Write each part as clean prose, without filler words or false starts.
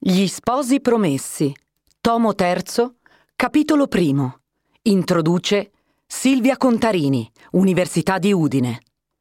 Gli sposi promessi, tomo terzo, capitolo primo. Introduce Silvia Contarini, Università di Udine.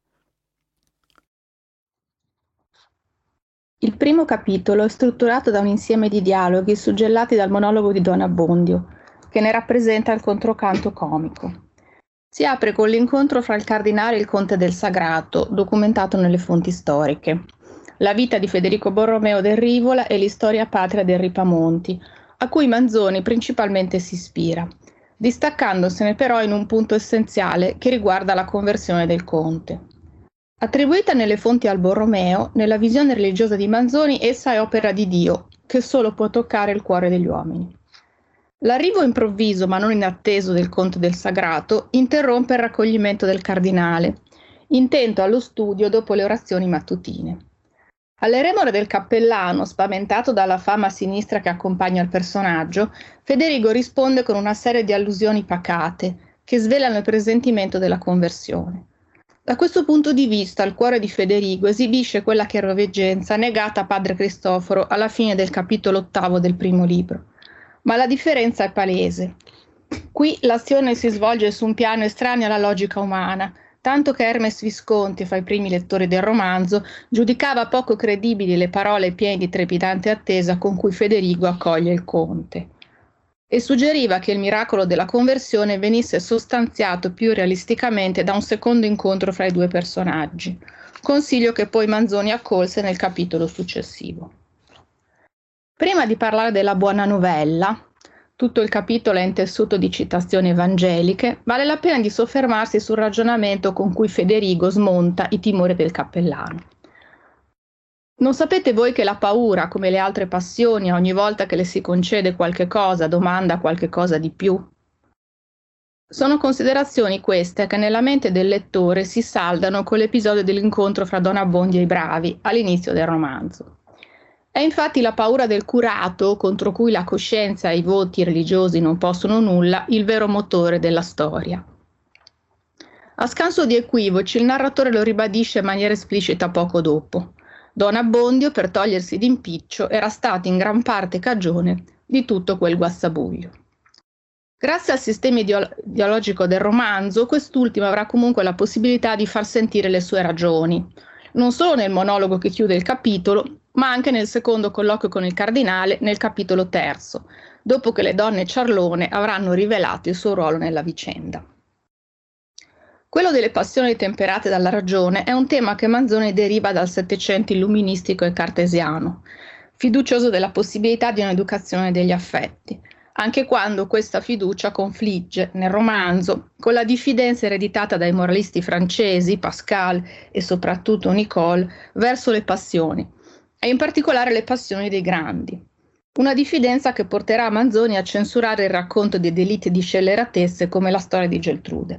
Il primo capitolo è strutturato da un insieme di dialoghi suggellati dal monologo di Don Abbondio, che ne rappresenta il controcanto comico. Si apre con l'incontro fra il cardinale e il conte del Sagrato, documentato nelle fonti storiche, la vita di Federico Borromeo del Rivola e l'istoria patria del Ripamonti, a cui Manzoni principalmente si ispira, distaccandosene però in un punto essenziale che riguarda la conversione del conte. Attribuita nelle fonti al Borromeo, nella visione religiosa di Manzoni essa è opera di Dio, che solo può toccare il cuore degli uomini. L'arrivo improvviso ma non inatteso del conte del Sagrato interrompe il raccoglimento del cardinale, intento allo studio dopo le orazioni mattutine. Alle remore del cappellano, spaventato dalla fama sinistra che accompagna il personaggio, Federico risponde con una serie di allusioni pacate che svelano il presentimento della conversione. Da questo punto di vista, il cuore di Federico esibisce quella chiaroveggenza negata a padre Cristoforo alla fine del capitolo 8 del primo libro. Ma la differenza è palese. Qui l'azione si svolge su un piano estraneo alla logica umana, tanto che Hermes Visconti, fra i primi lettori del romanzo, giudicava poco credibili le parole piene di trepidante attesa con cui Federico accoglie il conte, e suggeriva che il miracolo della conversione venisse sostanziato più realisticamente da un secondo incontro fra i due personaggi, consiglio che poi Manzoni accolse nel capitolo successivo. Prima di parlare della buona novella, tutto il capitolo è intessuto di citazioni evangeliche, vale la pena di soffermarsi sul ragionamento con cui Federico smonta i timori del cappellano. Non sapete voi che la paura, come le altre passioni, ogni volta che le si concede qualche cosa, domanda qualche cosa di più? Sono considerazioni queste che nella mente del lettore si saldano con l'episodio dell'incontro fra Don Abbondio e i bravi, all'inizio del romanzo. È infatti la paura del curato, contro cui la coscienza e i voti religiosi non possono nulla, il vero motore della storia. A scanso di equivoci, il narratore lo ribadisce in maniera esplicita poco dopo. Don Abbondio, per togliersi d'impiccio, era stato in gran parte cagione di tutto quel guazzabuglio. Grazie al sistema ideologico del romanzo, quest'ultimo avrà comunque la possibilità di far sentire le sue ragioni, non solo nel monologo che chiude il capitolo, ma anche nel secondo colloquio con il cardinale nel capitolo 3, dopo che le donne Ciarlone avranno rivelato il suo ruolo nella vicenda. Quello delle passioni temperate dalla ragione è un tema che Manzoni deriva dal Settecento illuministico e cartesiano, fiducioso della possibilità di un'educazione degli affetti, anche quando questa fiducia confligge, nel romanzo, con la diffidenza ereditata dai moralisti francesi, Pascal e soprattutto Nicole, verso le passioni, e in particolare le passioni dei grandi. Una diffidenza che porterà Manzoni a censurare il racconto di delitti di scelleratezze come la storia di Geltrude.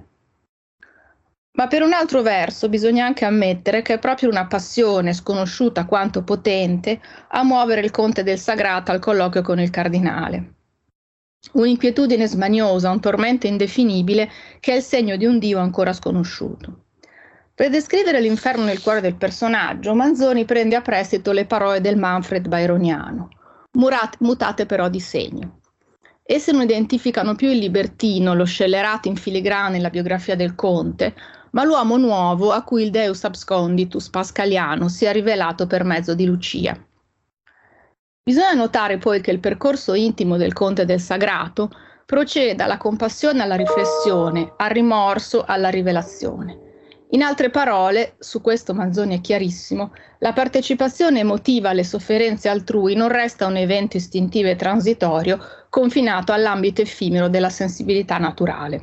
Ma per un altro verso bisogna anche ammettere che è proprio una passione sconosciuta quanto potente a muovere il conte del Sagrato al colloquio con il cardinale. Un'inquietudine smaniosa, un tormento indefinibile che è il segno di un Dio ancora sconosciuto. Per descrivere l'inferno nel cuore del personaggio, Manzoni prende a prestito le parole del Manfred byroniano, mutate però di segno. Esse non identificano più il libertino, lo scellerato in filigrana nella biografia del conte, ma l'uomo nuovo a cui il Deus absconditus pascaliano si è rivelato per mezzo di Lucia. Bisogna notare poi che il percorso intimo del conte del Sagrato procede dalla compassione alla riflessione, al rimorso, alla rivelazione. In altre parole, su questo Manzoni è chiarissimo, la partecipazione emotiva alle sofferenze altrui non resta un evento istintivo e transitorio confinato all'ambito effimero della sensibilità naturale.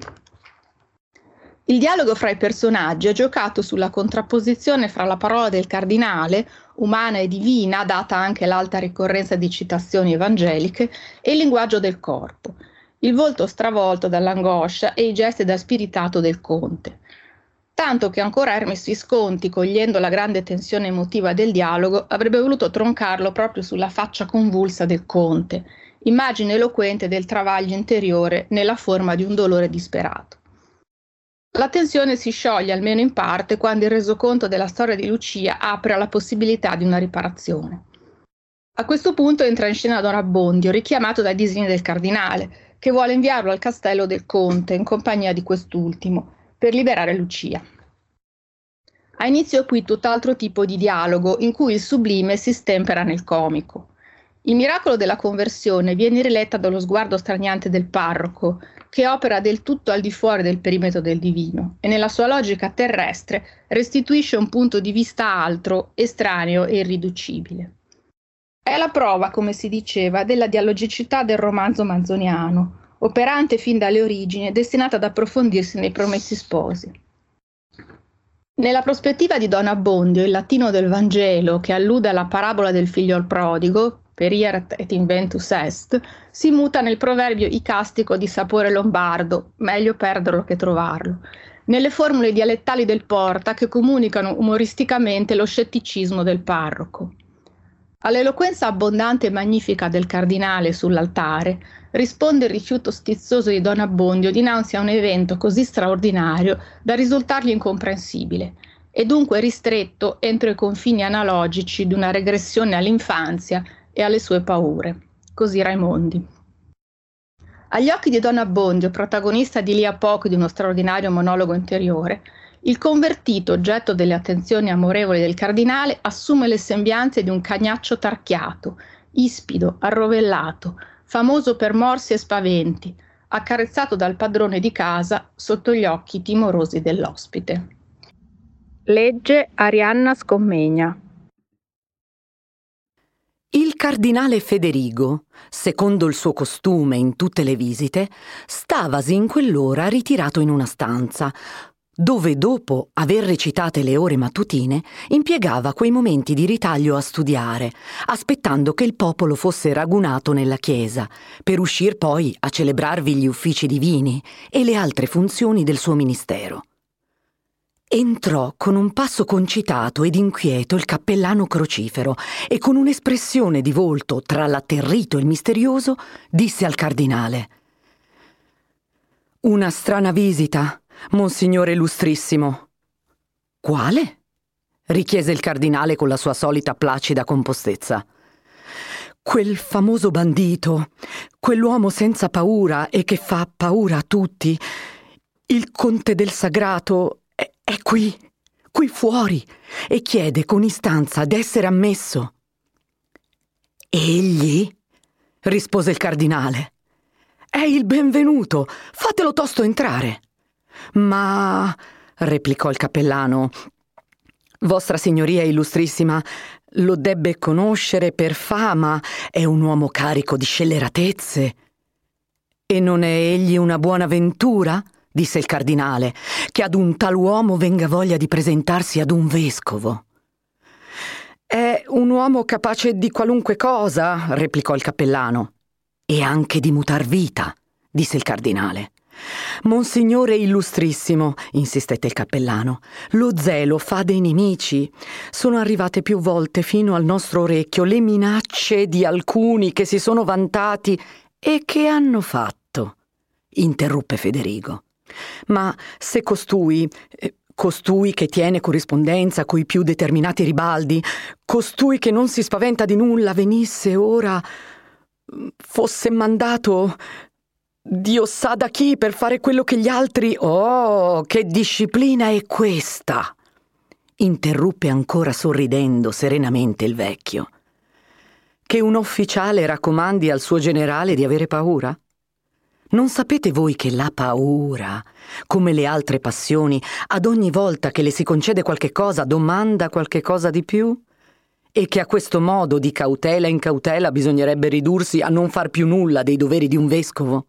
Il dialogo fra i personaggi è giocato sulla contrapposizione fra la parola del cardinale, umana e divina, data anche l'alta ricorrenza di citazioni evangeliche, e il linguaggio del corpo, il volto stravolto dall'angoscia e i gesti da spiritato del conte. Tanto che ancora Hermes Visconti, cogliendo la grande tensione emotiva del dialogo, avrebbe voluto troncarlo proprio sulla faccia convulsa del conte, immagine eloquente del travaglio interiore nella forma di un dolore disperato. La tensione si scioglie almeno in parte quando il resoconto della storia di Lucia apre alla possibilità di una riparazione. A questo punto entra in scena Don Abbondio, richiamato dai disegni del cardinale, che vuole inviarlo al castello del conte in compagnia di quest'ultimo per liberare Lucia. Ha inizio qui tutt'altro tipo di dialogo in cui il sublime si stempera nel comico. Il miracolo della conversione viene riletta dallo sguardo straniante del parroco, che opera del tutto al di fuori del perimetro del divino e nella sua logica terrestre restituisce un punto di vista altro, estraneo e irriducibile. È la prova, come si diceva, della dialogicità del romanzo manzoniano, operante fin dalle origini e destinata ad approfondirsi nei Promessi Sposi. Nella prospettiva di Don Abbondio, il latino del Vangelo, che allude alla parabola del figliol prodigo, perierat et inventus est, si muta nel proverbio icastico di sapore lombardo, meglio perderlo che trovarlo, nelle formule dialettali del Porta che comunicano umoristicamente lo scetticismo del parroco. All'eloquenza abbondante e magnifica del cardinale sull'altare risponde il rifiuto stizzoso di Don Abbondio dinanzi a un evento così straordinario da risultargli incomprensibile e dunque ristretto entro i confini analogici di una regressione all'infanzia e alle sue paure. Così Raimondi. Agli occhi di Don Abbondio, protagonista di lì a poco di uno straordinario monologo interiore, il convertito, oggetto delle attenzioni amorevoli del cardinale, assume le sembianze di un cagnaccio tarchiato, ispido, arrovellato, famoso per morsi e spaventi, accarezzato dal padrone di casa sotto gli occhi timorosi dell'ospite. Legge Arianna Scommegna. Il cardinale Federigo, secondo il suo costume in tutte le visite, stavasi in quell'ora ritirato in una stanza, dove dopo aver recitate le ore mattutine impiegava quei momenti di ritaglio a studiare, aspettando che il popolo fosse ragunato nella chiesa, per uscir poi a celebrarvi gli uffici divini e le altre funzioni del suo ministero. Entrò con un passo concitato ed inquieto il cappellano Crocifero e con un'espressione di volto tra l'atterrito e il misterioso disse al cardinale: «Una strana visita, Monsignore Illustrissimo». «Quale?» richiese il cardinale con la sua solita placida compostezza. «Quel famoso bandito, quell'uomo senza paura e che fa paura a tutti, il conte del Sagrato, è qui fuori, e chiede con istanza d'essere ammesso». «Egli?» rispose il cardinale. «È il benvenuto, fatelo tosto entrare». «Ma», replicò il cappellano, «Vostra Signoria Illustrissima lo debbe conoscere per fama, è un uomo carico di scelleratezze». «E non è egli una buona ventura?» disse il cardinale, «che ad un tal uomo venga voglia di presentarsi ad un vescovo». «È un uomo capace di qualunque cosa», replicò il cappellano. «E anche di mutar vita», disse il cardinale. «Monsignore Illustrissimo», insistette il cappellano, «lo zelo fa dei nemici. Sono arrivate più volte fino al nostro orecchio le minacce di alcuni che si sono vantati». «E che hanno fatto?» interruppe Federigo. «Ma se costui che tiene corrispondenza coi più determinati ribaldi, costui che non si spaventa di nulla, venisse ora, fosse mandato Dio sa da chi per fare quello che gli altri...» «Oh, che disciplina è questa?» interruppe ancora sorridendo serenamente il vecchio. «Che un ufficiale raccomandi al suo generale di avere paura? Non sapete voi che la paura, come le altre passioni, ad ogni volta che le si concede qualche cosa domanda qualche cosa di più? E che a questo modo di cautela in cautela bisognerebbe ridursi a non far più nulla dei doveri di un vescovo?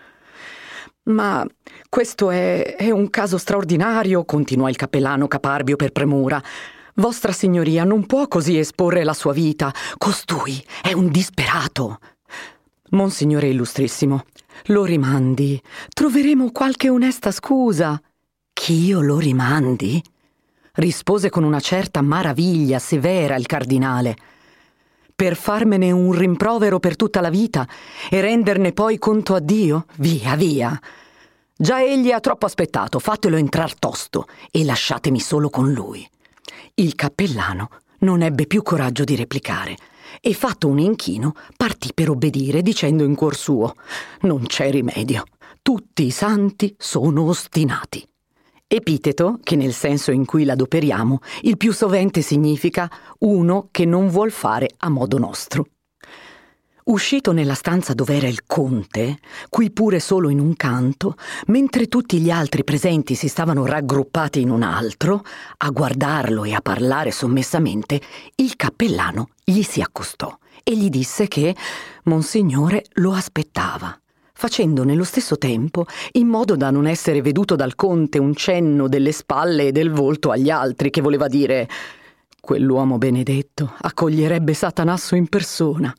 Ma questo è un caso straordinario», continuò il cappellano caparbio per premura. «Vostra Signoria non può così esporre la sua vita. Costui è un disperato. Monsignore Illustrissimo, lo rimandi. Troveremo qualche onesta scusa». «Ch'io lo rimandi?» rispose con una certa maraviglia severa il cardinale. «Per farmene un rimprovero per tutta la vita e renderne poi conto a Dio? Via, via! Già egli ha troppo aspettato, fatelo entrar tosto e lasciatemi solo con lui». Il cappellano non ebbe più coraggio di replicare. e, fatto un inchino, partì per obbedire, dicendo in cuor suo: non c'è rimedio, tutti i santi sono ostinati. Epiteto che, nel senso in cui l'adoperiamo, il più sovente significa uno che non vuol fare a modo nostro. Uscito nella stanza dov'era il conte, qui pure solo in un canto, mentre tutti gli altri presenti si stavano raggruppati in un altro, a guardarlo e a parlare sommessamente, il cappellano gli si accostò e gli disse che Monsignore lo aspettava, facendo nello stesso tempo, in modo da non essere veduto dal conte, un cenno delle spalle e del volto agli altri, che voleva dire: quell'uomo benedetto accoglierebbe Satanasso in persona.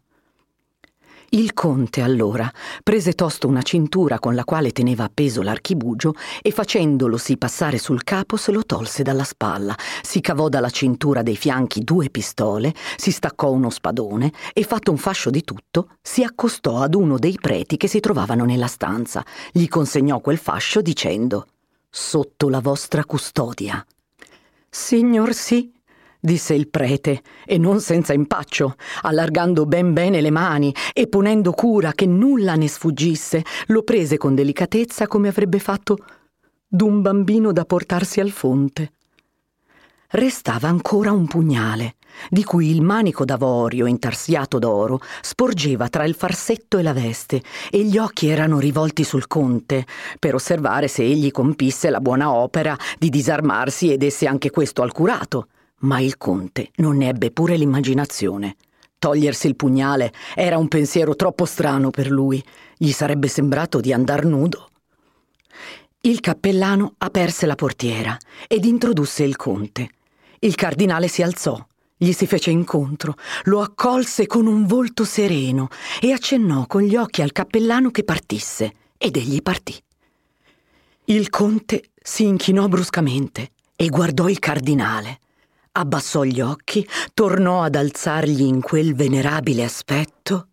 Il conte allora prese tosto una cintura con la quale teneva appeso l'archibugio e, facendolosi passare sul capo, se lo tolse dalla spalla, si cavò dalla cintura dei fianchi 2 pistole, si staccò uno spadone e, fatto un fascio di tutto, si accostò ad uno dei preti che si trovavano nella stanza, gli consegnò quel fascio dicendo: sotto la vostra custodia. Signor sì, disse il prete, e non senza impaccio, allargando ben bene le mani e ponendo cura che nulla ne sfuggisse, lo prese con delicatezza come avrebbe fatto d'un bambino da portarsi al fonte. Restava ancora un pugnale, di cui il manico d'avorio intarsiato d'oro sporgeva tra il farsetto e la veste, e gli occhi erano rivolti sul conte, per osservare se egli compisse la buona opera di disarmarsi e desse anche questo al curato. Ma il conte non ne ebbe pure l'immaginazione. Togliersi il pugnale era un pensiero troppo strano per lui, gli sarebbe sembrato di andar nudo. Il cappellano aperse la portiera ed introdusse il conte. Il cardinale si alzò, gli si fece incontro, lo accolse con un volto sereno e accennò con gli occhi al cappellano che partisse, ed egli partì. Il conte si inchinò bruscamente e guardò il cardinale. Abbassò gli occhi, tornò ad alzargli in quel venerabile aspetto.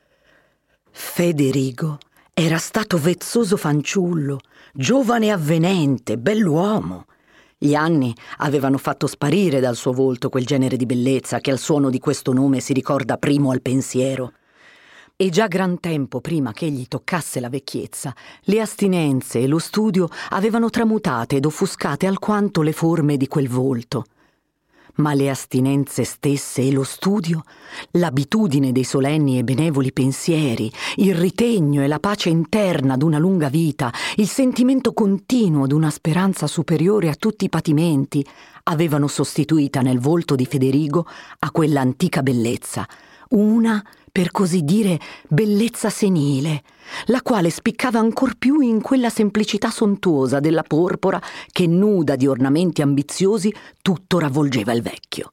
Federigo era stato vezzoso fanciullo, giovane e avvenente, bell'uomo. Gli anni avevano fatto sparire dal suo volto quel genere di bellezza che al suono di questo nome si ricorda primo al pensiero. E già gran tempo prima che egli toccasse la vecchiezza, le astinenze e lo studio avevano tramutate ed offuscate alquanto le forme di quel volto. Ma le astinenze stesse e lo studio, l'abitudine dei solenni e benevoli pensieri, il ritegno e la pace interna d'una lunga vita, il sentimento continuo d'una speranza superiore a tutti i patimenti, avevano sostituita nel volto di Federigo a quella antica bellezza, una, per così dire, bellezza senile, la quale spiccava ancor più in quella semplicità sontuosa della porpora che, nuda di ornamenti ambiziosi, tutto ravvolgeva il vecchio.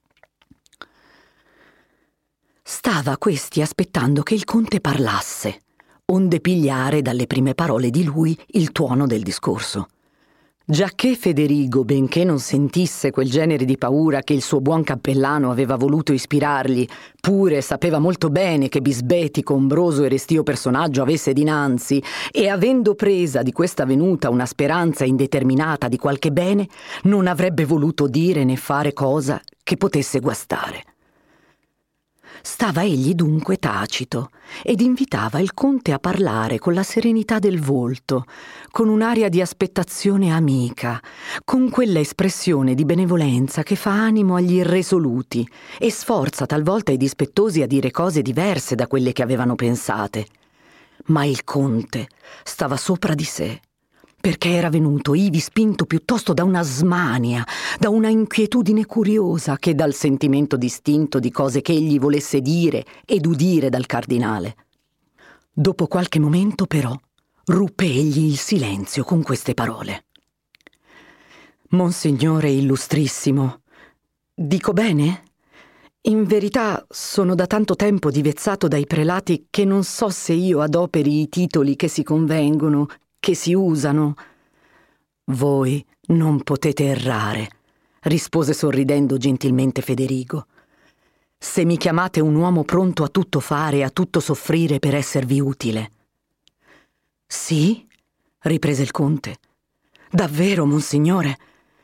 Stava questi aspettando che il conte parlasse, onde pigliare dalle prime parole di lui il tuono del discorso. Giacché Federigo, benché non sentisse quel genere di paura che il suo buon cappellano aveva voluto ispirargli, pure sapeva molto bene che bisbetico, ombroso e restio personaggio avesse dinanzi, e avendo presa di questa venuta una speranza indeterminata di qualche bene, non avrebbe voluto dire né fare cosa che potesse guastare. Stava egli dunque tacito ed invitava il conte a parlare con la serenità del volto, con un'aria di aspettazione amica, con quella espressione di benevolenza che fa animo agli irresoluti e sforza talvolta i dispettosi a dire cose diverse da quelle che avevano pensate. Ma il conte stava sopra di sé, perché era venuto ivi spinto piuttosto da una smania, da una inquietudine curiosa che dal sentimento distinto di cose che egli volesse dire ed udire dal cardinale. Dopo qualche momento, però, ruppe egli il silenzio con queste parole. Monsignore illustrissimo, dico bene? In verità sono da tanto tempo divezzato dai prelati che non so se io adoperi i titoli che si convengono, che si usano. Voi non potete errare, rispose sorridendo gentilmente Federigo. Se mi chiamate un uomo pronto a tutto fare e a tutto soffrire per esservi utile. Sì, riprese il conte. Davvero, monsignore?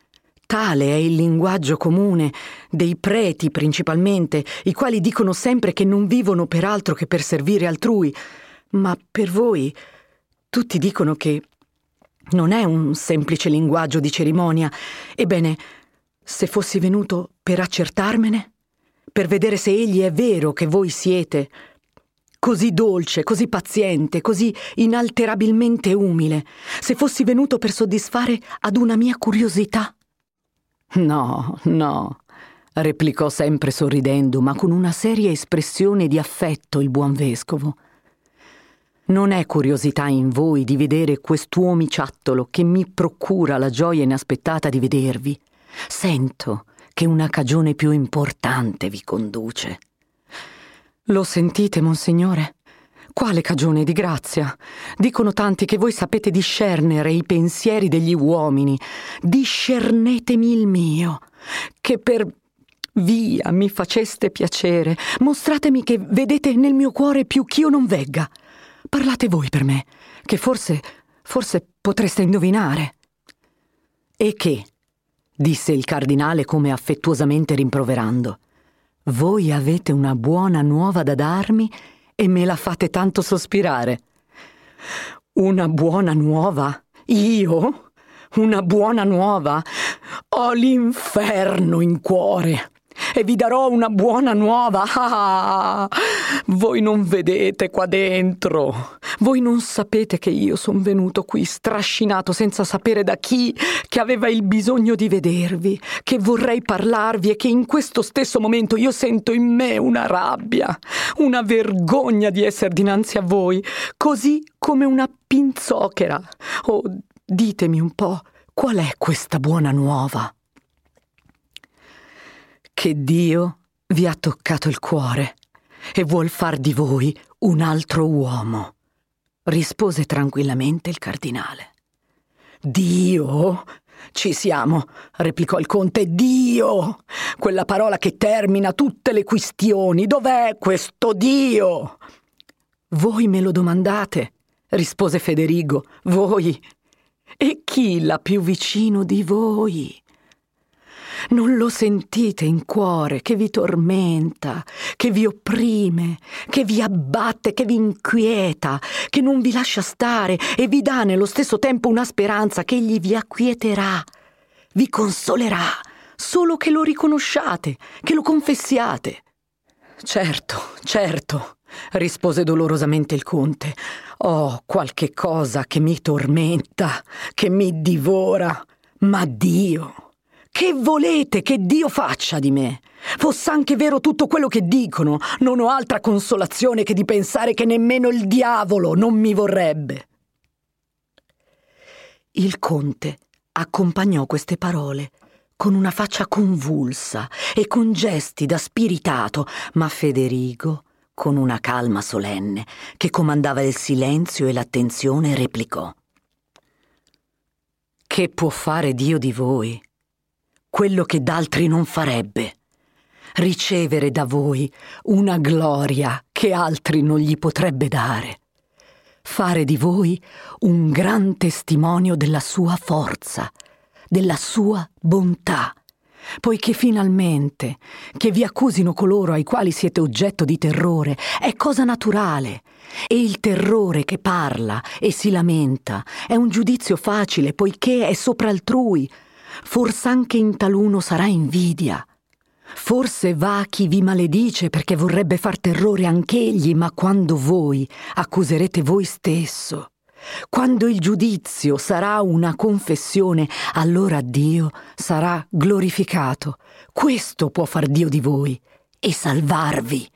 Tale è il linguaggio comune dei preti principalmente, i quali dicono sempre che non vivono per altro che per servire altrui, ma per voi tutti dicono che non è un semplice linguaggio di cerimonia. Ebbene, se fossi venuto per accertarmene, per vedere se egli è vero che voi siete così dolce, così paziente, così inalterabilmente umile, se fossi venuto per soddisfare ad una mia curiosità. No, no, replicò sempre sorridendo, ma con una seria espressione di affetto il buon vescovo. Non è curiosità in voi di vedere quest'uomiciattolo che mi procura la gioia inaspettata di vedervi. Sento che una cagione più importante vi conduce. Lo sentite, monsignore? Quale cagione di grazia? Dicono tanti che voi sapete discernere i pensieri degli uomini. Discernetemi il mio, che per via mi faceste piacere. Mostratemi che vedete nel mio cuore più ch'io non vegga. Parlate voi per me, che forse potreste indovinare. E che? Disse il cardinale come affettuosamente rimproverando. Voi avete una buona nuova da darmi e me la fate tanto sospirare. Una buona nuova? Io? Una buona nuova? Ho l'inferno in cuore e vi darò una buona nuova. Ah, voi non vedete qua dentro. Voi non sapete che io son venuto qui strascinato senza sapere da chi, che aveva il bisogno di vedervi, che vorrei parlarvi e che in questo stesso momento io sento in me una rabbia, una vergogna di essere dinanzi a voi, così come una pinzochera. Oh, ditemi un po', qual è questa buona nuova? Che Dio vi ha toccato il cuore e vuol far di voi un altro uomo, rispose tranquillamente il cardinale. Dio? Ci siamo, replicò il conte. Dio! Quella parola che termina tutte le quistioni. Dov'è questo Dio? Voi me lo domandate, rispose Federigo. Voi? E chi l'ha più vicino di voi? Non lo sentite in cuore che vi tormenta, che vi opprime, che vi abbatte, che vi inquieta, che non vi lascia stare e vi dà nello stesso tempo una speranza che egli vi acquieterà, vi consolerà, solo che lo riconosciate, che lo confessiate. Certo, rispose dolorosamente il conte. Ho qualche cosa che mi tormenta, che mi divora, ma Dio... Che volete che Dio faccia di me? Fosse anche vero tutto quello che dicono, non ho altra consolazione che di pensare che nemmeno il diavolo non mi vorrebbe. Il conte accompagnò queste parole con una faccia convulsa e con gesti da spiritato, ma Federigo, con una calma solenne che comandava il silenzio e l'attenzione, replicò: Che può fare Dio di voi? Quello che d'altri non farebbe, ricevere da voi una gloria che altri non gli potrebbe dare, fare di voi un gran testimonio della sua forza, della sua bontà, poiché finalmente che vi accusino coloro ai quali siete oggetto di terrore è cosa naturale, e il terrore che parla e si lamenta è un giudizio facile poiché è sopra altrui. Forse anche in taluno sarà invidia. Forse va chi vi maledice perché vorrebbe far terrore anch'egli, ma quando voi accuserete voi stesso, quando il giudizio sarà una confessione, allora Dio sarà glorificato. Questo può far Dio di voi e salvarvi.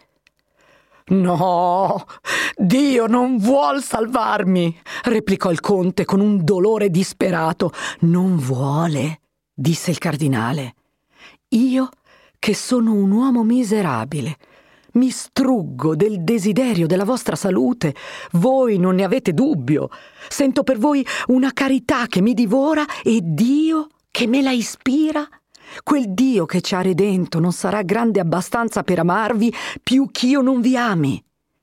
No, Dio non vuol salvarmi, replicò il conte con un dolore disperato. Non vuole? Disse il cardinale. Io, che sono un uomo miserabile, mi struggo del desiderio della vostra salute. Voi non ne avete dubbio. Sento per voi una carità che mi divora e Dio che me la ispira. Quel Dio che ci ha redento non sarà grande abbastanza per amarvi più ch'io non vi ami.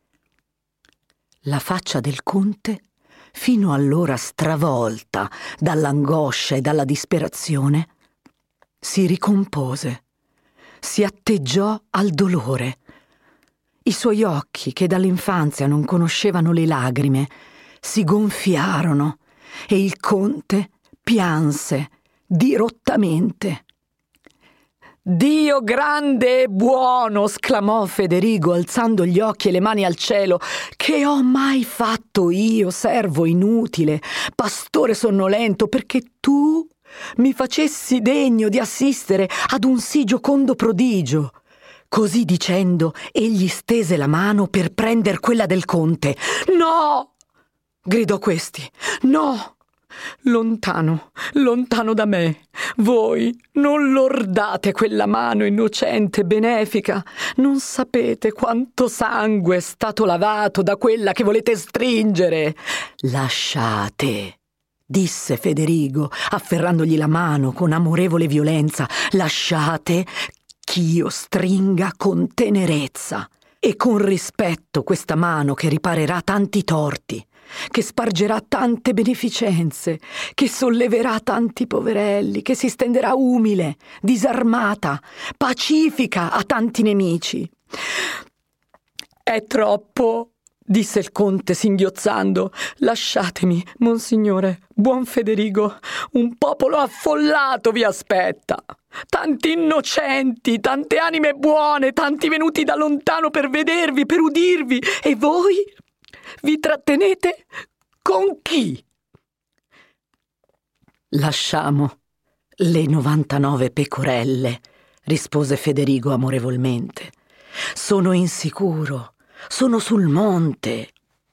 La faccia del conte, fino allora stravolta dall'angoscia e dalla disperazione, si ricompose, si atteggiò al dolore. I suoi occhi, che dall'infanzia non conoscevano le lagrime, si gonfiarono e il conte pianse dirottamente. «Dio grande e buono!» esclamò Federigo, alzando gli occhi e le mani al cielo. «Che ho mai fatto io, servo inutile, pastore sonnolento, perché tu mi facessi degno di assistere ad un sì giocondo prodigio?» Così dicendo, egli stese la mano per prender quella del conte. «No!» gridò questi. «No! Lontano, lontano da me. Voi non lordate quella mano innocente e benefica. Non sapete quanto sangue è stato lavato da quella che volete stringere. Lasciate», disse Federigo, afferrandogli la mano con amorevole violenza. «Lasciate ch'io stringa con tenerezza e con rispetto questa mano che riparerà tanti torti, che spargerà tante beneficenze, che solleverà tanti poverelli, che si stenderà umile, disarmata, pacifica a tanti nemici». «È troppo», disse il conte singhiozzando. «Lasciatemi, monsignore, buon Federigo, un popolo affollato vi aspetta. Tanti innocenti, tante anime buone, tanti venuti da lontano per vedervi, per udirvi, e voi vi trattenete con chi?» «Lasciamo le 99 pecorelle», rispose Federigo amorevolmente. «Sono insicuro, sono sul monte.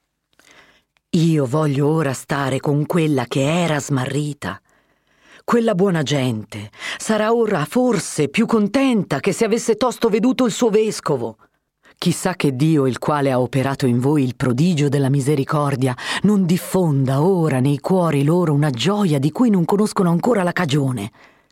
Io voglio ora stare con quella che era smarrita. Quella buona gente sarà ora forse più contenta che se avesse tosto veduto il suo vescovo. Chissà che Dio, il quale ha operato in voi il prodigio della misericordia, non diffonda ora nei cuori loro una gioia di cui non conoscono ancora la cagione.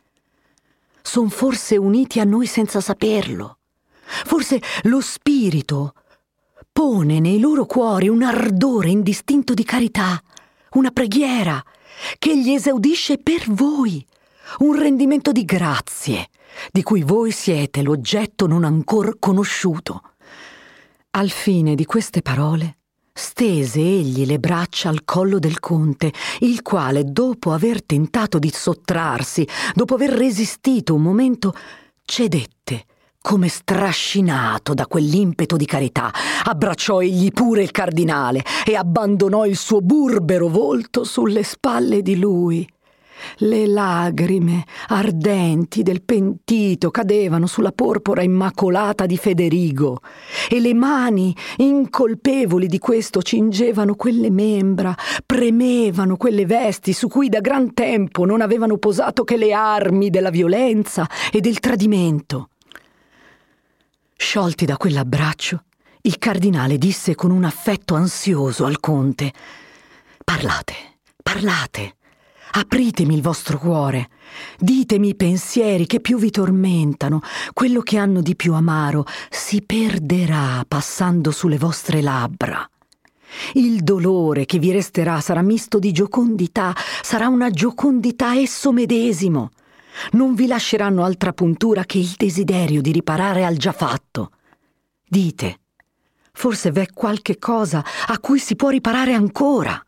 Son forse uniti a noi senza saperlo. Forse lo Spirito pone nei loro cuori un ardore indistinto di carità, una preghiera che gli esaudisce per voi, un rendimento di grazie di cui voi siete l'oggetto non ancor conosciuto». Al fine di queste parole stese egli le braccia al collo del conte, il quale, dopo aver tentato di sottrarsi, dopo aver resistito un momento, cedette come strascinato da quell'impeto di carità. Abbracciò egli pure il cardinale e abbandonò il suo burbero volto sulle spalle di lui. Le lagrime ardenti del pentito cadevano sulla porpora immacolata di Federigo e le mani incolpevoli di questo cingevano quelle membra, premevano quelle vesti su cui da gran tempo non avevano posato che le armi della violenza e del tradimento. Sciolti da quell'abbraccio, il cardinale disse con un affetto ansioso al conte: «Parlate, parlate. Apritemi il vostro cuore, ditemi i pensieri che più vi tormentano, quello che hanno di più amaro si perderà passando sulle vostre labbra. Il dolore che vi resterà sarà misto di giocondità, sarà una giocondità esso medesimo. Non vi lasceranno altra puntura che il desiderio di riparare al già fatto. Dite, forse v'è qualche cosa a cui si può riparare ancora».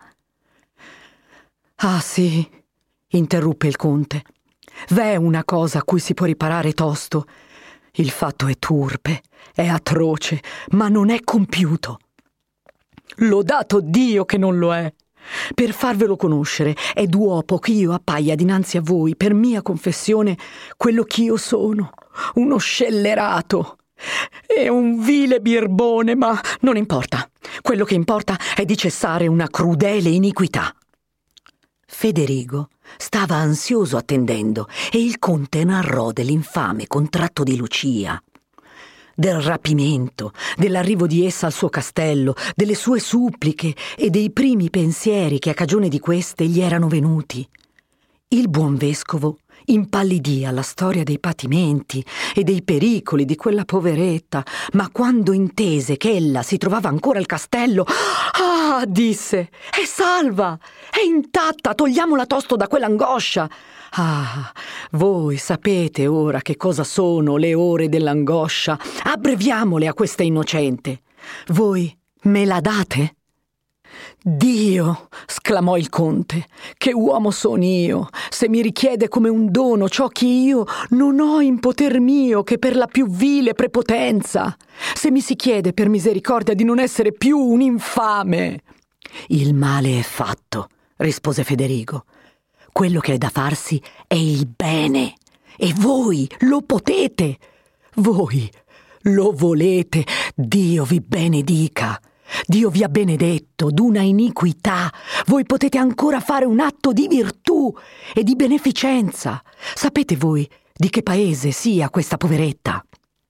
«Ah sì», interruppe il conte, «v'è una cosa a cui si può riparare tosto. Il fatto è turpe, è atroce, ma non è compiuto. Lodato Dio che non lo è. Per farvelo conoscere è d'uopo che io appaia dinanzi a voi, per mia confessione, quello ch'io sono, uno scellerato e un vile birbone, ma non importa. Quello che importa è di cessare una crudele iniquità». Federigo stava ansioso attendendo e il conte narrò dell'infame contratto di Lucia, del rapimento, dell'arrivo di essa al suo castello, delle sue suppliche e dei primi pensieri che a cagione di queste gli erano venuti. Il buon vescovo Impallidì alla storia dei patimenti e dei pericoli di quella poveretta, ma quando intese che ella si trovava ancora al castello, «Ah!» disse, «è salva, è intatta, togliamola tosto da quell'angoscia!» Ah, voi sapete ora che cosa sono le ore dell'angoscia. Abbreviamole a questa innocente. Voi me la date? «Dio!» sclamò il conte, «che uomo son io, se mi richiede come un dono ciò che io non ho in poter mio che per la più vile prepotenza, se mi si chiede per misericordia di non essere più un infame!» «Il male è fatto», rispose Federigo. «Quello che è da farsi è il bene, e voi lo potete, voi lo volete, Dio vi benedica. Dio vi ha benedetto d'una iniquità, voi potete ancora fare un atto di virtù e di beneficenza. Sapete voi di che paese sia questa poveretta?»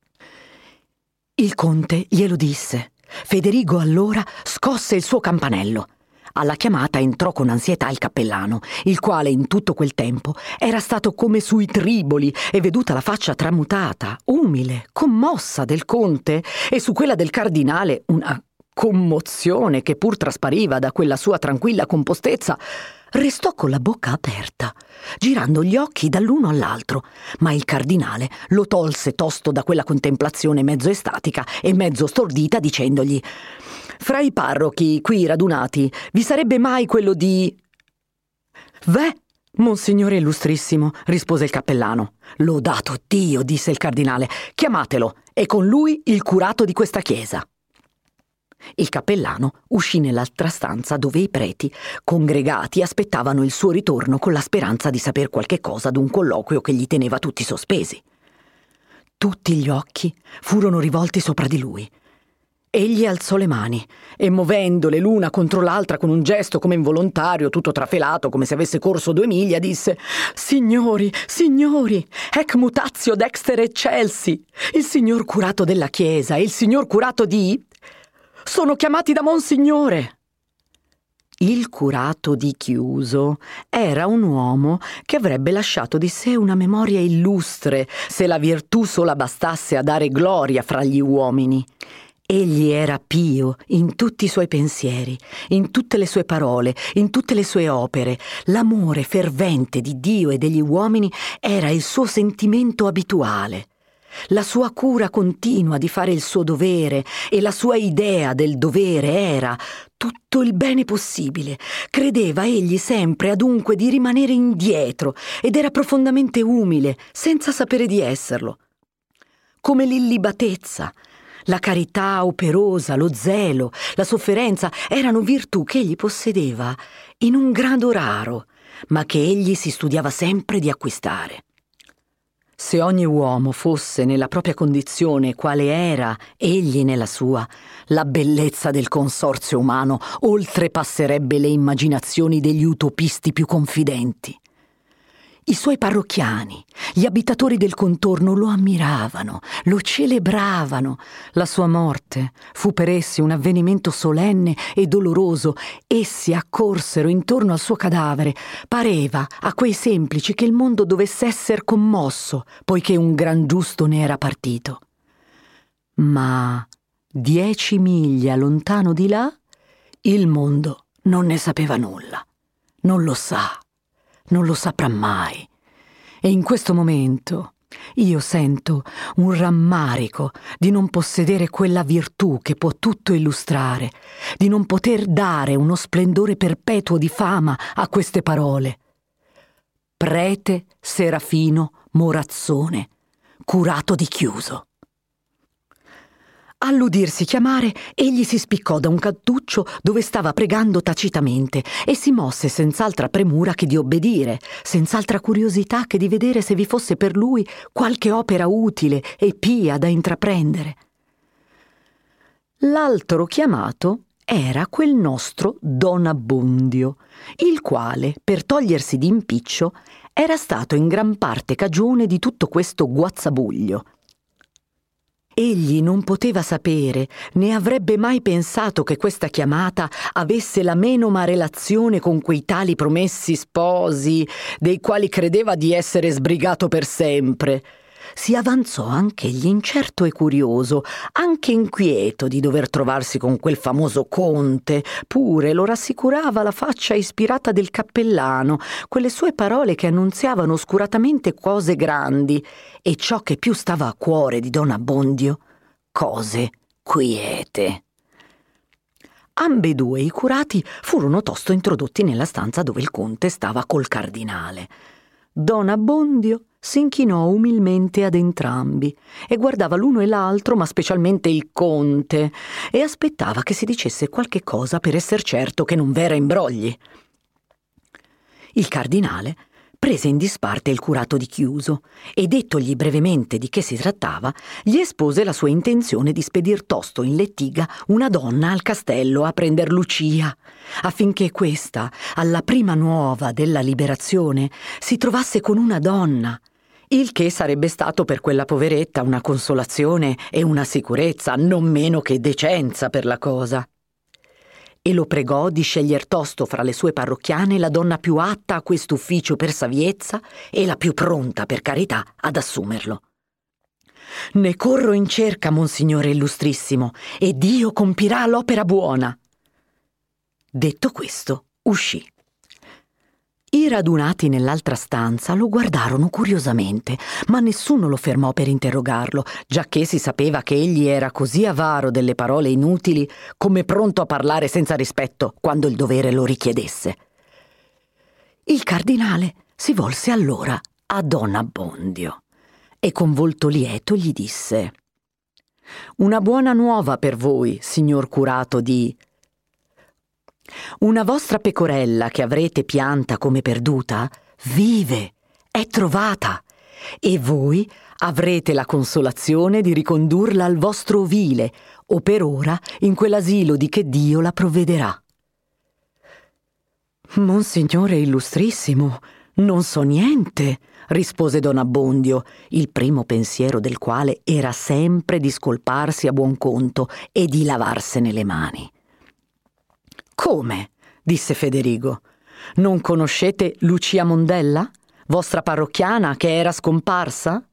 Il conte glielo disse. Federigo allora scosse il suo campanello. Alla chiamata entrò con ansietà il cappellano, il quale in tutto quel tempo era stato come sui triboli e, veduta la faccia tramutata, umile, commossa del conte e su quella del cardinale una commozione che pur traspariva da quella sua tranquilla compostezza, restò con la bocca aperta, girando gli occhi dall'uno all'altro, ma il cardinale lo tolse tosto da quella contemplazione mezzo estatica e mezzo stordita, dicendogli: «Fra i parrochi qui radunati vi sarebbe mai quello di...» «Veh, Monsignore illustrissimo», rispose il cappellano. «Lodato Dio», disse il cardinale, «chiamatelo, e con lui il curato di questa chiesa». Il cappellano uscì nell'altra stanza dove i preti, congregati, aspettavano il suo ritorno con la speranza di saper qualche cosa d'un colloquio che gli teneva tutti sospesi. Tutti gli occhi furono rivolti sopra di lui. Egli alzò le mani e, movendole l'una contro l'altra con un gesto come involontario, tutto trafelato, come se avesse corso 2 miglia, disse: «Signori, signori, ec mutatio dexter excelsi! Il signor curato della chiesa e il signor curato di... sono chiamati da Monsignore!» Il curato di Chiuso era un uomo che avrebbe lasciato di sé una memoria illustre se la virtù sola bastasse a dare gloria fra gli uomini. Egli era pio in tutti i suoi pensieri, in tutte le sue parole, in tutte le sue opere. L'amore fervente di Dio e degli uomini era il suo sentimento abituale. La sua cura continua di fare il suo dovere e la sua idea del dovere era tutto il bene possibile. Credeva egli sempre adunque di rimanere indietro ed era profondamente umile, senza sapere di esserlo. Come l'illibatezza, la carità operosa, lo zelo, la sofferenza erano virtù che egli possedeva in un grado raro, ma che egli si studiava sempre di acquistare. Se ogni uomo fosse nella propria condizione quale era egli nella sua, la bellezza del consorzio umano oltrepasserebbe le immaginazioni degli utopisti più confidenti. I suoi parrocchiani, gli abitatori del contorno lo ammiravano, lo celebravano. La sua morte fu per essi un avvenimento solenne e doloroso. Essi accorsero intorno al suo cadavere. Pareva a quei semplici che il mondo dovesse essere commosso, poiché un gran giusto ne era partito. Ma 10 miglia lontano di là, il mondo non ne sapeva nulla. Non lo sa. Non lo saprà mai. E in questo momento io sento un rammarico di non possedere quella virtù che può tutto illustrare, di non poter dare uno splendore perpetuo di fama a queste parole. Prete Serafino Morazzone, curato di Chiuso. All'udirsi chiamare, egli si spiccò da un cantuccio dove stava pregando tacitamente e si mosse senz'altra premura che di obbedire, senz'altra curiosità che di vedere se vi fosse per lui qualche opera utile e pia da intraprendere. L'altro chiamato era quel nostro Don Abbondio, il quale, per togliersi d'impiccio, era stato in gran parte cagione di tutto questo guazzabuglio. Egli non poteva sapere, né avrebbe mai pensato che questa chiamata avesse la menoma relazione con quei tali promessi sposi, dei quali credeva di essere sbrigato per sempre. Si avanzò anch'egli incerto e curioso, anche inquieto di dover trovarsi con quel famoso conte, pure lo rassicurava la faccia ispirata del cappellano, quelle sue parole che annunziavano oscuratamente cose grandi, e ciò che più stava a cuore di don Abbondio, cose quiete. Ambedue i curati furono tosto introdotti nella stanza dove il conte stava col cardinale. Don Abbondio si inchinò umilmente ad entrambi e guardava l'uno e l'altro, ma specialmente il conte, e aspettava che si dicesse qualche cosa per esser certo che non v'era imbrogli. Il cardinale prese in disparte il curato di chiuso e, dettogli brevemente di che si trattava, gli espose la sua intenzione di spedir tosto in lettiga una donna al castello a prender Lucia, affinché questa, alla prima nuova della liberazione, si trovasse con una donna, il che sarebbe stato per quella poveretta una consolazione e una sicurezza, non meno che decenza per la cosa. E lo pregò di sceglier tosto fra le sue parrocchiane la donna più atta a quest'ufficio per saviezza e la più pronta, per carità, ad assumerlo. «Ne corro in cerca, monsignore illustrissimo, e Dio compirà l'opera buona». Detto questo, uscì. I radunati nell'altra stanza lo guardarono curiosamente, ma nessuno lo fermò per interrogarlo, giacché si sapeva che egli era così avaro delle parole inutili come pronto a parlare senza rispetto quando il dovere lo richiedesse. Il cardinale si volse allora a don Abbondio e con volto lieto gli disse: «Una buona nuova per voi, signor curato di... Una vostra pecorella che avrete pianta come perduta, vive, è trovata, e voi avrete la consolazione di ricondurla al vostro ovile, o per ora in quell'asilo di che Dio la provvederà». «Monsignore illustrissimo, non so niente», rispose don Abbondio, il primo pensiero del quale era sempre di scolparsi a buon conto e di lavarsene le mani. «Come?» disse Federigo. «Non conoscete Lucia Mondella, vostra parrocchiana che era scomparsa?»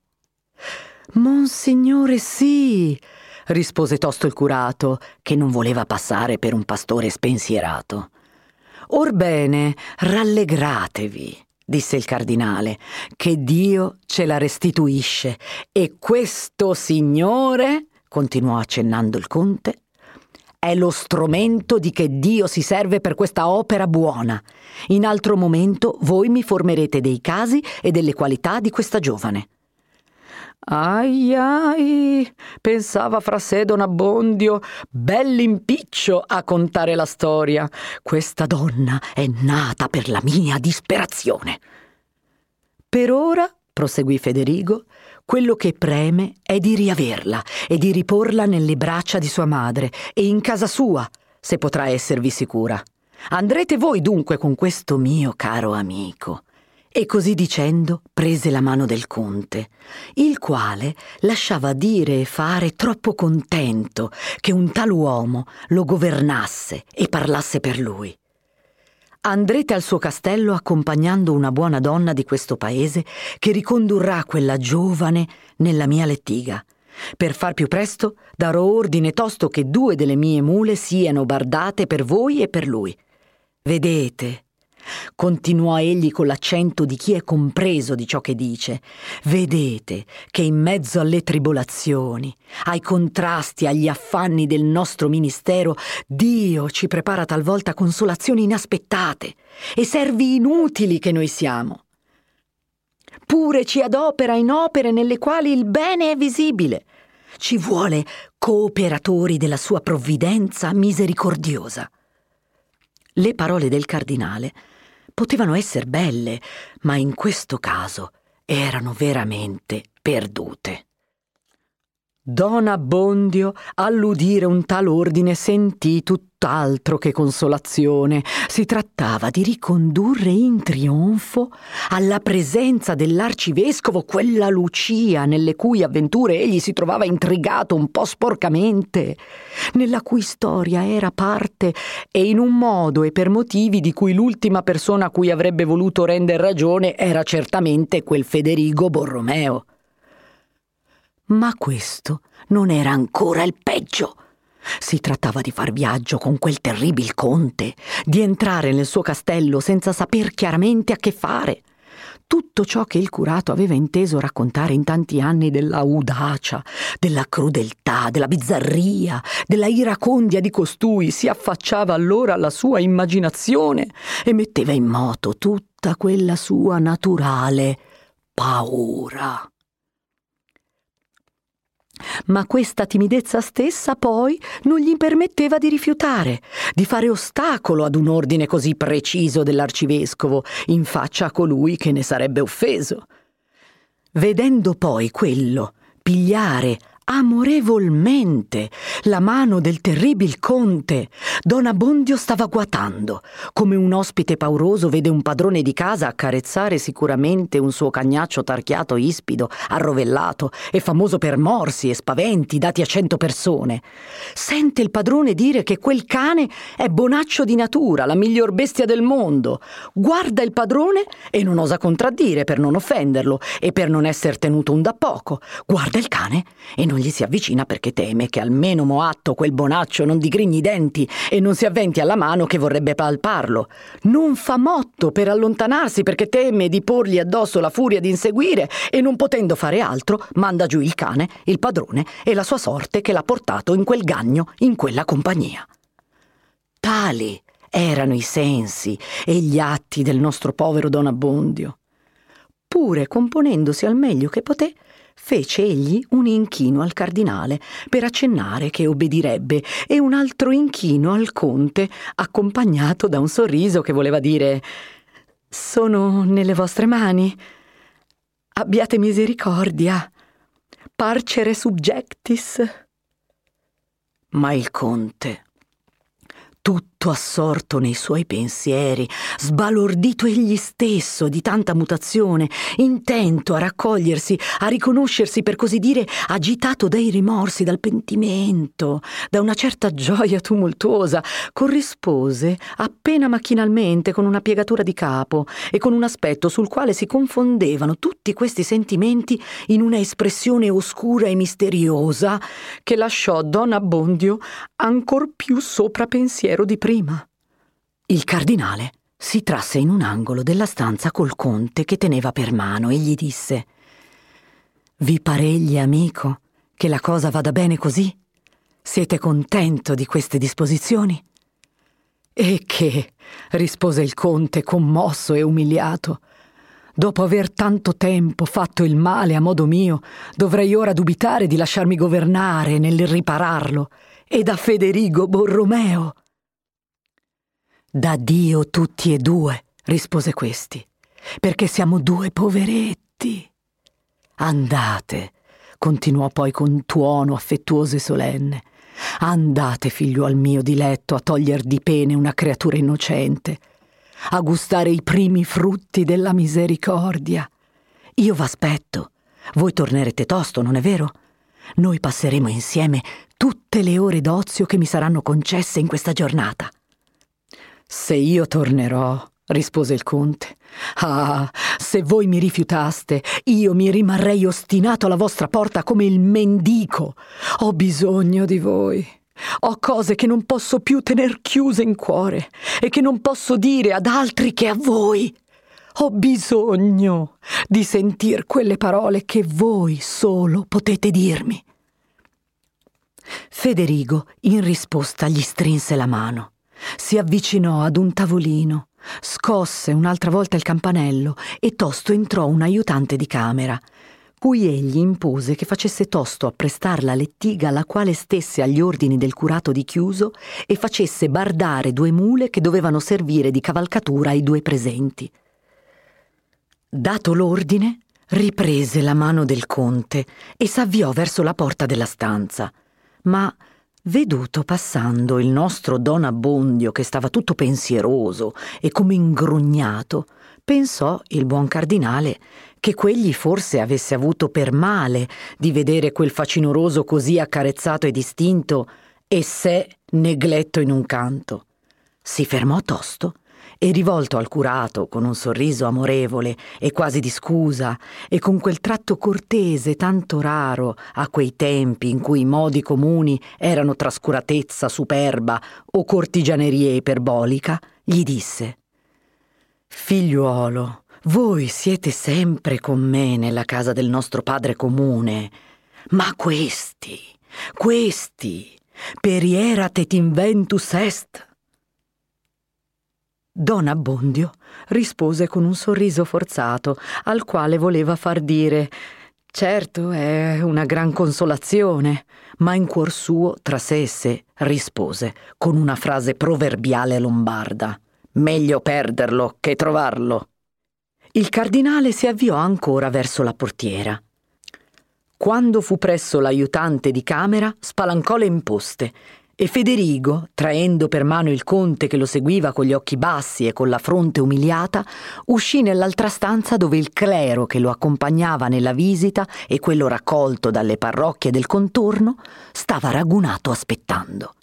«Monsignore, sì», rispose tosto il curato, che non voleva passare per un pastore spensierato. «Orbene, rallegratevi», disse il cardinale, «che Dio ce la restituisce, e questo signore», continuò accennando il conte, «è lo strumento di che Dio si serve per questa opera buona. In altro momento voi mi formerete dei casi e delle qualità di questa giovane». «Ai ai», pensava fra sé don Abbondio, «bell'impiccio a contare la storia. Questa donna è nata per la mia disperazione». «Per ora», proseguì Federigo, «quello che preme è di riaverla e di riporla nelle braccia di sua madre e in casa sua, se potrà esservi sicura. Andrete voi dunque con questo mio caro amico». E così dicendo prese la mano del conte, il quale lasciava dire e fare troppo contento che un tal uomo lo governasse e parlasse per lui. «Andrete al suo castello accompagnando una buona donna di questo paese che ricondurrà quella giovane nella mia lettiga. Per far più presto darò ordine tosto che 2 delle mie mule siano bardate per voi e per lui. Vedete», continuò egli con l'accento di chi è compreso di ciò che dice, «vedete che in mezzo alle tribolazioni, ai contrasti, agli affanni del nostro ministero, Dio ci prepara talvolta consolazioni inaspettate e servi inutili che noi siamo. Pure ci adopera in opere nelle quali il bene è visibile. Ci vuole cooperatori della sua provvidenza misericordiosa». Le parole del cardinale potevano essere belle, ma in questo caso erano veramente perdute. Don Abbondio, all'udire un tal ordine, sentì tutt'altro che consolazione. Si trattava di ricondurre in trionfo alla presenza dell'arcivescovo quella Lucia nelle cui avventure egli si trovava intrigato un po' sporcamente, nella cui storia era parte e in un modo e per motivi di cui l'ultima persona a cui avrebbe voluto render ragione era certamente quel Federigo Borromeo. Ma questo non era ancora il peggio. Si trattava di far viaggio con quel terribil conte, di entrare nel suo castello senza saper chiaramente a che fare. Tutto ciò che il curato aveva inteso raccontare in tanti anni dell'audacia, della crudeltà, della bizzarria, della iracondia di costui si affacciava allora alla sua immaginazione e metteva in moto tutta quella sua naturale paura. Ma questa timidezza stessa poi non gli permetteva di rifiutare, di fare ostacolo ad un ordine così preciso dell'arcivescovo in faccia a colui che ne sarebbe offeso. Vedendo poi quello pigliare amorevolmente la mano del terribil conte, Don Abbondio stava guatando, come un ospite pauroso vede un padrone di casa accarezzare sicuramente un suo cagnaccio tarchiato ispido, arrovellato e famoso per morsi e spaventi dati a 100 persone. Sente il padrone dire che quel cane è bonaccio di natura, la miglior bestia del mondo. Guarda il padrone e non osa contraddire per non offenderlo e per non esser tenuto un da poco. Guarda il cane e non gli si avvicina perché teme che almeno moatto quel bonaccio non digrigni i denti e non si avventi alla mano che vorrebbe palparlo. Non fa motto per allontanarsi perché teme di porgli addosso la furia di inseguire e non potendo fare altro manda giù il cane, il padrone e la sua sorte che l'ha portato in quel gagno, in quella compagnia. Tali erano i sensi e gli atti del nostro povero Don Abbondio. Pure componendosi al meglio che poté, fece egli un inchino al cardinale per accennare che obbedirebbe e un altro inchino al conte, accompagnato da un sorriso che voleva dire: «Sono nelle vostre mani. Abbiate misericordia. Parcere subjectis». Ma il conte, tutto assorto nei suoi pensieri, sbalordito egli stesso di tanta mutazione, intento a raccogliersi, a riconoscersi, per così dire, agitato dai rimorsi, dal pentimento, da una certa gioia tumultuosa, corrispose appena macchinalmente con una piegatura di capo e con un aspetto sul quale si confondevano tutti questi sentimenti in una espressione oscura e misteriosa che lasciò Don Abbondio ancor più sopra pensiero di prima. Il cardinale si trasse in un angolo della stanza col conte che teneva per mano e gli disse: «Vi paregli, amico, che la cosa vada bene così? Siete contento di queste disposizioni?» «E che?» rispose il conte, commosso e umiliato. «Dopo aver tanto tempo fatto il male a modo mio, dovrei ora dubitare di lasciarmi governare nel ripararlo. E da Federigo Borromeo!» «Da Dio tutti e due», rispose questi, «perché siamo due poveretti». «Andate», continuò poi con tuono affettuoso e solenne, «andate, figliuol mio diletto, a toglier di pene una creatura innocente, a gustare i primi frutti della misericordia. Io v'aspetto, voi tornerete tosto, non è vero? Noi passeremo insieme tutte le ore d'ozio che mi saranno concesse in questa giornata». «Se io tornerò», rispose il conte, «ah, se voi mi rifiutaste, io mi rimarrei ostinato alla vostra porta come il mendico. Ho bisogno di voi. Ho cose che non posso più tener chiuse in cuore e che non posso dire ad altri che a voi. Ho bisogno di sentir quelle parole che voi solo potete dirmi». Federigo in risposta gli strinse la mano, si avvicinò ad un tavolino, scosse un'altra volta il campanello e tosto entrò un aiutante di camera, cui egli impose che facesse tosto apprestar la lettiga la quale stesse agli ordini del curato di chiuso e facesse bardare 2 mule che dovevano servire di cavalcatura ai 2 presenti. Dato l'ordine, Riprese la mano del conte e s'avviò verso la porta della stanza, ma veduto passando il nostro Don Abbondio, che stava tutto pensieroso e come ingrugnato, pensò il buon cardinale che quegli forse avesse avuto per male di vedere quel facinoroso così accarezzato e distinto e sé negletto in un canto. Si fermò tosto e, rivolto al curato con un sorriso amorevole e quasi di scusa e con quel tratto cortese tanto raro a quei tempi in cui i modi comuni erano trascuratezza superba o cortigianeria iperbolica, gli disse: «Figliuolo, voi siete sempre con me nella casa del nostro padre comune, ma questi, perierat et inventus est». Don Abbondio rispose con un sorriso forzato, al quale voleva far dire: «Certo, è una gran consolazione», ma in cuor suo, tra sé e sé, rispose con una frase proverbiale lombarda: «Meglio perderlo che trovarlo». Il cardinale si avviò ancora verso la portiera. Quando fu presso l'aiutante di camera, spalancò le imposte e Federigo, traendo per mano il conte che lo seguiva con gli occhi bassi e con la fronte umiliata, uscì nell'altra stanza dove il clero che lo accompagnava nella visita e quello raccolto dalle parrocchie del contorno stava ragunato aspettando.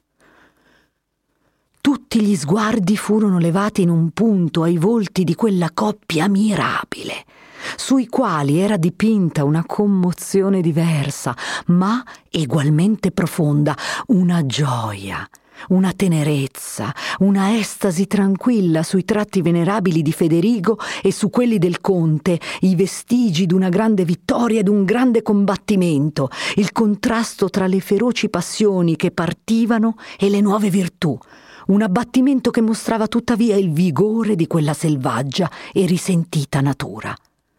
Tutti gli sguardi furono levati in un punto ai volti di quella coppia mirabile, sui quali era dipinta una commozione diversa, ma egualmente profonda, una gioia, una tenerezza, una estasi tranquilla sui tratti venerabili di Federigo e su quelli del conte, i vestigi d'una grande vittoria e d'un grande combattimento, il contrasto tra le feroci passioni che partivano e le nuove virtù, un abbattimento che mostrava tuttavia il vigore di quella selvaggia e risentita natura.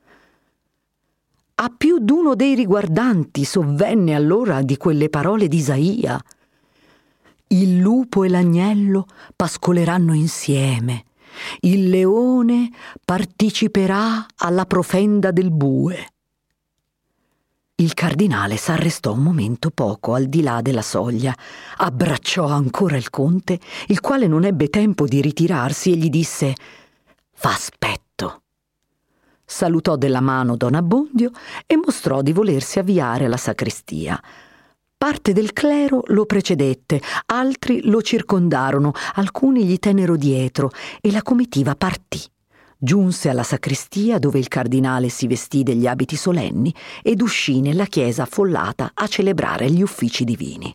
A più d'uno dei riguardanti sovvenne allora di quelle parole di Isaia: «Il lupo e l'agnello pascoleranno insieme, il leone parteciperà alla profenda del bue». Il cardinale s'arrestò un momento poco al di là della soglia, abbracciò ancora il conte, il quale non ebbe tempo di ritirarsi e gli disse: «Fa aspetto». Salutò della mano Don Abbondio e mostrò di volersi avviare alla sacrestia. Parte del clero lo precedette, altri lo circondarono, alcuni gli tennero dietro e la comitiva partì. Giunse alla sacrestia dove il cardinale si vestì degli abiti solenni ed uscì nella chiesa affollata a celebrare gli uffici divini.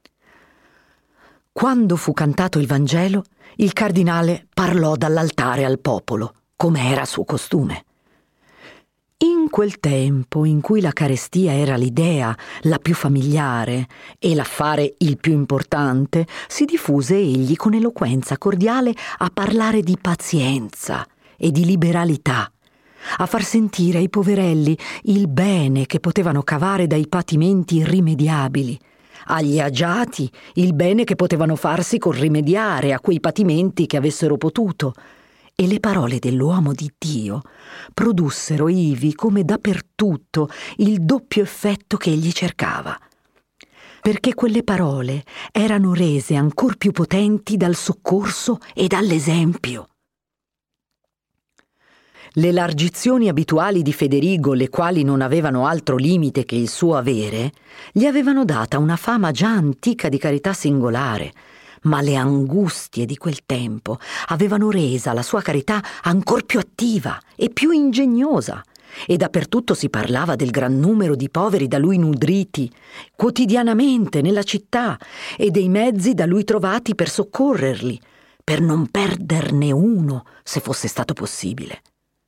Quando fu cantato il Vangelo, il cardinale parlò dall'altare al popolo, come era suo costume. In quel tempo in cui la carestia era l'idea la più familiare e l'affare il più importante, si diffuse egli con eloquenza cordiale a parlare di pazienza e di liberalità, a far sentire ai poverelli il bene che potevano cavare dai patimenti irrimediabili, agli agiati il bene che potevano farsi col rimediare a quei patimenti che avessero potuto. E le parole dell'uomo di Dio produssero ivi, come dappertutto, il doppio effetto che egli cercava, perché quelle parole erano rese ancor più potenti dal soccorso e dall'esempio. Le elargizioni abituali di Federigo, le quali non avevano altro limite che il suo avere, gli avevano data una fama già antica di carità singolare, ma le angustie di quel tempo avevano resa la sua carità ancor più attiva e più ingegnosa, e dappertutto si parlava del gran numero di poveri da lui nudriti quotidianamente nella città e dei mezzi da lui trovati per soccorrerli, per non perderne uno se fosse stato possibile.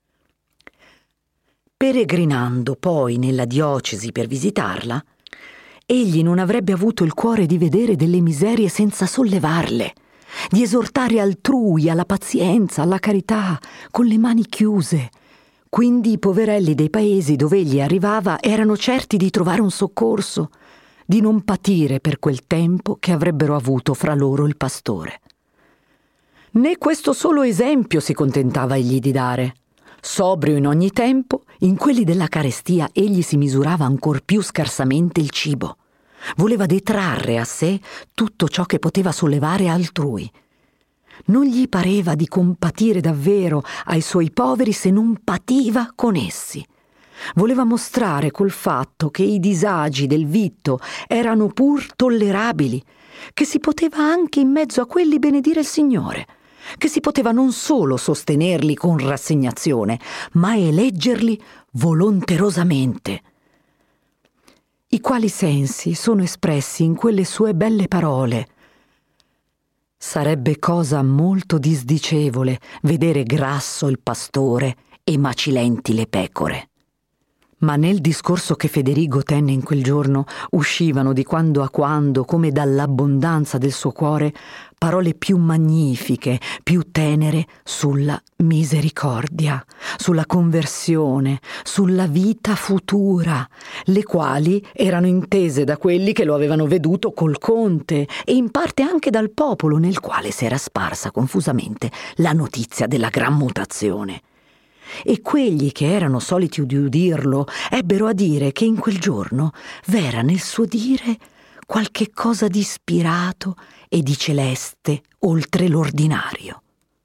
Peregrinando poi nella diocesi per visitarla, egli non avrebbe avuto il cuore di vedere delle miserie senza sollevarle, di esortare altrui alla pazienza, alla carità, con le mani chiuse. Quindi i poverelli dei paesi dove egli arrivava erano certi di trovare un soccorso, di non patire per quel tempo che avrebbero avuto fra loro il pastore. Né questo solo esempio si contentava egli di dare. Sobrio in ogni tempo, In quelli della carestia egli si misurava ancor più scarsamente il cibo. Voleva detrarre a sé tutto ciò che poteva sollevare altrui. Non gli pareva di compatire davvero ai suoi poveri se non pativa con essi. Voleva mostrare col fatto che i disagi del vitto erano pur tollerabili, che si poteva anche in mezzo a quelli benedire il Signore, che si poteva non solo sostenerli con rassegnazione, ma eleggerli volonterosamente. I quali sensi sono espressi in quelle sue belle parole. Sarebbe cosa molto disdicevole vedere grasso il pastore e macilenti le pecore. Ma nel discorso che Federigo tenne in quel giorno uscivano di quando a quando, come dall'abbondanza del suo cuore, parole più magnifiche, più tenere sulla misericordia, sulla conversione, sulla vita futura, le quali erano intese da quelli che lo avevano veduto col conte e in parte anche dal popolo nel quale si era sparsa confusamente la notizia della gran mutazione. E quelli che erano soliti di udirlo ebbero a dire che in quel giorno v'era nel suo dire qualche cosa di ispirato e di celeste oltre l'ordinario.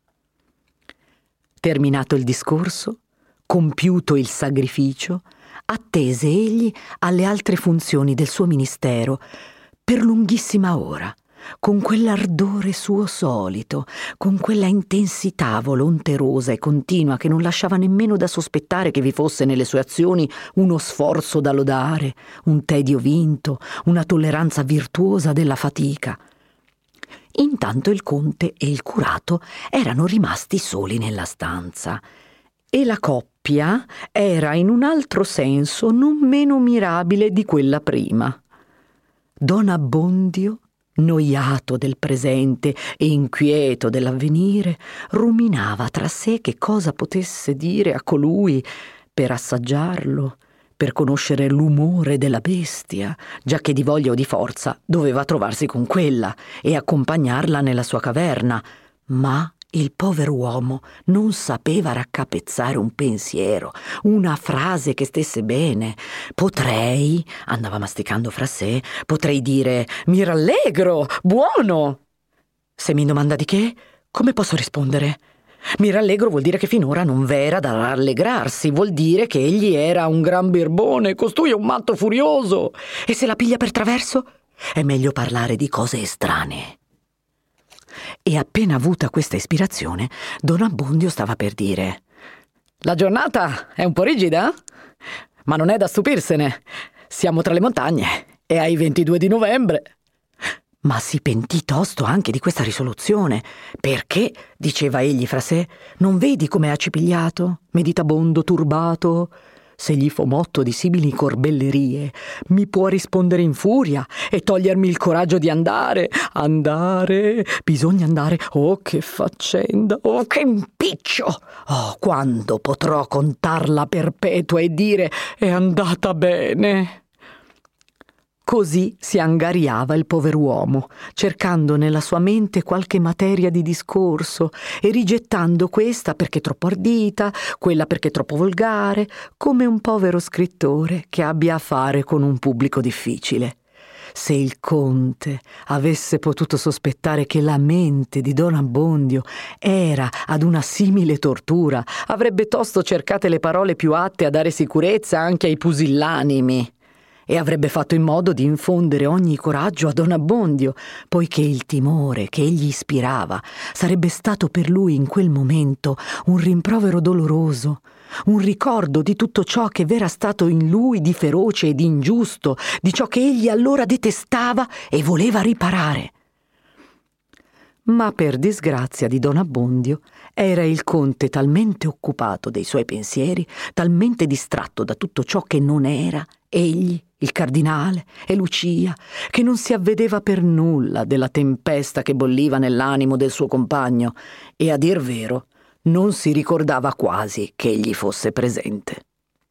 Terminato il discorso, compiuto il sacrificio, attese egli alle altre funzioni del suo ministero per lunghissima ora, con quell'ardore suo solito, con quella intensità volonterosa e continua che non lasciava nemmeno da sospettare che vi fosse nelle sue azioni uno sforzo da lodare, un tedio vinto, una tolleranza virtuosa della fatica. Intanto il conte e il curato erano rimasti soli nella stanza e la coppia era in un altro senso non meno mirabile di quella prima. Don Abbondio, noiato del presente e inquieto dell'avvenire, ruminava tra sé che cosa potesse dire a colui per assaggiarlo, per conoscere l'umore della bestia, giacché di voglia o di forza doveva trovarsi con quella e accompagnarla nella sua caverna. Ma il povero uomo non sapeva raccapezzare un pensiero, una frase che stesse bene. Potrei, andava masticando fra sé, potrei dire «Mi rallegro, buono!» Se mi domanda di che, come posso rispondere? Mi rallegro vuol dire che finora non v'era da rallegrarsi, vuol dire che egli era un gran birbone, costui è un matto furioso. E se la piglia per traverso? È meglio parlare di cose estranee. E appena avuta questa ispirazione, Don Abbondio stava per dire «La giornata è un po' rigida, ma non è da stupirsene. Siamo tra le montagne e ai 22 di novembre». Ma si pentì tosto anche di questa risoluzione, perché, diceva egli fra sé, non vedi come è accipigliato, meditabondo, turbato? Se gli fo motto di simili corbellerie, mi può rispondere in furia e togliermi il coraggio di andare. Andare, bisogna andare. Oh, che faccenda, oh, che impiccio! Oh, quando potrò contarla perpetua e dire è andata bene? Così si angariava il pover'uomo, cercando nella sua mente qualche materia di discorso e rigettando questa perché troppo ardita, quella perché troppo volgare, come un povero scrittore che abbia a fare con un pubblico difficile. Se il conte avesse potuto sospettare che la mente di Don Abbondio era ad una simile tortura, avrebbe tosto cercate le parole più atte a dare sicurezza anche ai pusillanimi. E avrebbe fatto in modo di infondere ogni coraggio a Don Abbondio, poiché il timore che egli ispirava sarebbe stato per lui in quel momento un rimprovero doloroso, un ricordo di tutto ciò che v'era stato in lui di feroce e di ingiusto, di ciò che egli allora detestava e voleva riparare. Ma per disgrazia di Don Abbondio era il conte talmente occupato dei suoi pensieri, talmente distratto da tutto ciò che non era egli, il cardinale e Lucia, che non si avvedeva per nulla della tempesta che bolliva nell'animo del suo compagno e, a dir vero, non si ricordava quasi che egli fosse presente.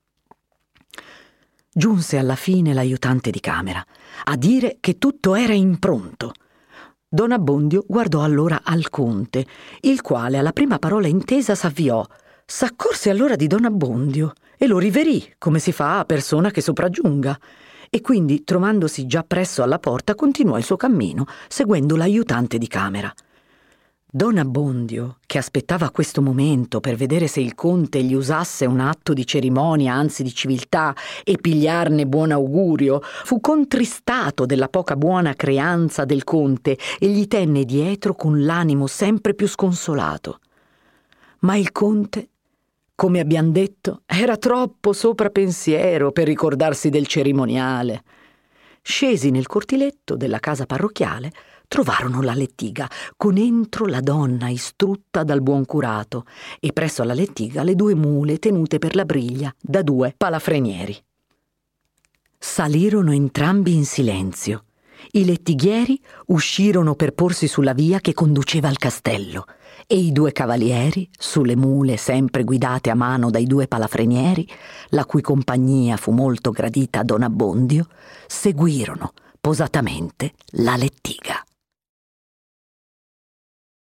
Giunse alla fine l'aiutante di camera a dire che tutto era in pronto. Don Abbondio guardò allora al conte, il quale alla prima parola intesa s'avviò. S'accorse allora di don Abbondio e lo riverì, come si fa a persona che sopraggiunga, e quindi, trovandosi già presso alla porta, continuò il suo cammino, seguendo l'aiutante di camera. Don Abbondio, che aspettava questo momento per vedere se il conte gli usasse un atto di cerimonia, anzi di civiltà, e pigliarne buon augurio, fu contristato della poca buona creanza del conte e gli tenne dietro con l'animo sempre più sconsolato. Ma il conte, come abbiam detto, era troppo sopra pensiero per ricordarsi del cerimoniale. Scesi nel cortiletto della casa parrocchiale, trovarono la lettiga, con entro la donna istrutta dal buon curato, e presso alla lettiga le 2 mule tenute per la briglia da 2 palafrenieri. Salirono entrambi in silenzio. I lettighieri uscirono per porsi sulla via che conduceva al castello, e i 2 cavalieri, sulle mule sempre guidate a mano dai 2 palafrenieri, la cui compagnia fu molto gradita a don Abbondio, seguirono posatamente la lettiga.